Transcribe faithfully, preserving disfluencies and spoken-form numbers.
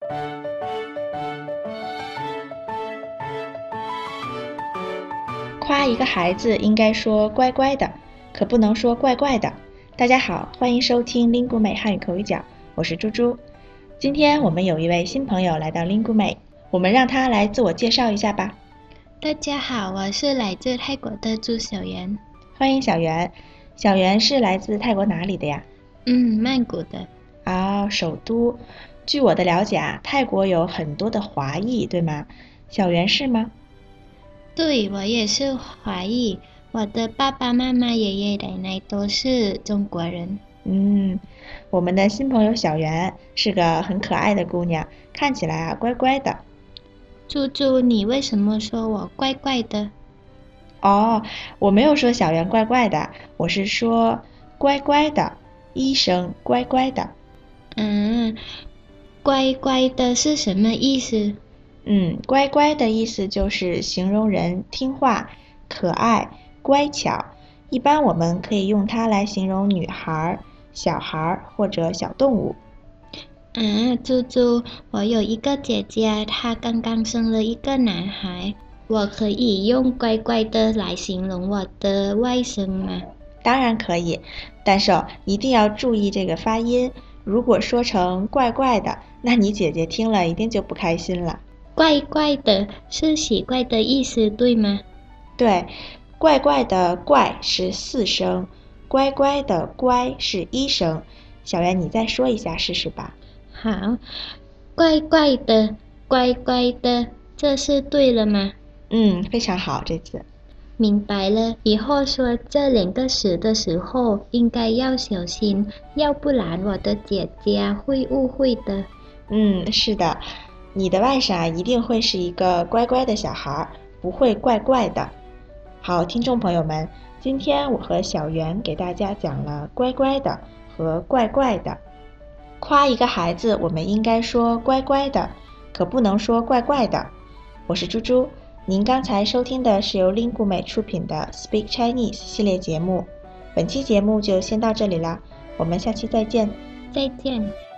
夸一个孩子应该说乖乖的，可不能说怪怪的。大家好，欢迎收听 Lingu 美汉语口语角，我是猪猪。今天我们有一位新朋友来到 Lingu 美，我们让他来自我介绍一下吧。 大家好，我是来自泰国的朱小媛。 欢迎小媛。小媛是来自泰国哪里的呀？ 嗯，曼谷的。 啊、哦，首都。据我的了解啊，泰国有很多的华裔，对吗？小媛是吗？ 对，我也是华裔，我的爸爸妈妈、爷爷奶奶都是中国人。 嗯，我们的新朋友小媛是个很可爱的姑娘，看起来啊乖乖的。 猪猪，你为什么说我怪怪的？ 哦，我没有说小媛怪怪的，我是说乖乖的，医生乖乖的。 嗯，乖乖的是什么意思？ 嗯，乖乖的意思就是形容人听话、可爱、乖巧。一般我们可以用它来形容女孩、小孩或者小动物。 啊，猪猪，我有一个姐姐，她刚刚生了一个男孩，我可以用乖乖的来形容我的外甥吗？ 当然可以，但是哦，一定要注意这个发音。如果说成怪怪的，那你姐姐听了一定就不开心了。 怪怪的是奇怪的意思，对吗？ 对，怪怪的怪是四声，乖乖的乖是一声。小媛，你再说一下试试吧。 好，怪怪的，乖乖的，这是对了吗？ 嗯，非常好，这次。 明白了，以后说这两个词的时候应该要小心，要不然我的姐姐会误会的。 嗯，是的，你的外甥一定会是一个乖乖的小孩，不会怪怪的。好，听众朋友们，今天我和小媛给大家讲了乖乖的和怪怪的。夸一个孩子，我们应该说乖乖的，可不能说怪怪的。我是猪猪。您刚才收听的是由 Lingu 美出品的 Speak Chinese 系列节目，本期节目就先到这里了，我们下期再见。 再见。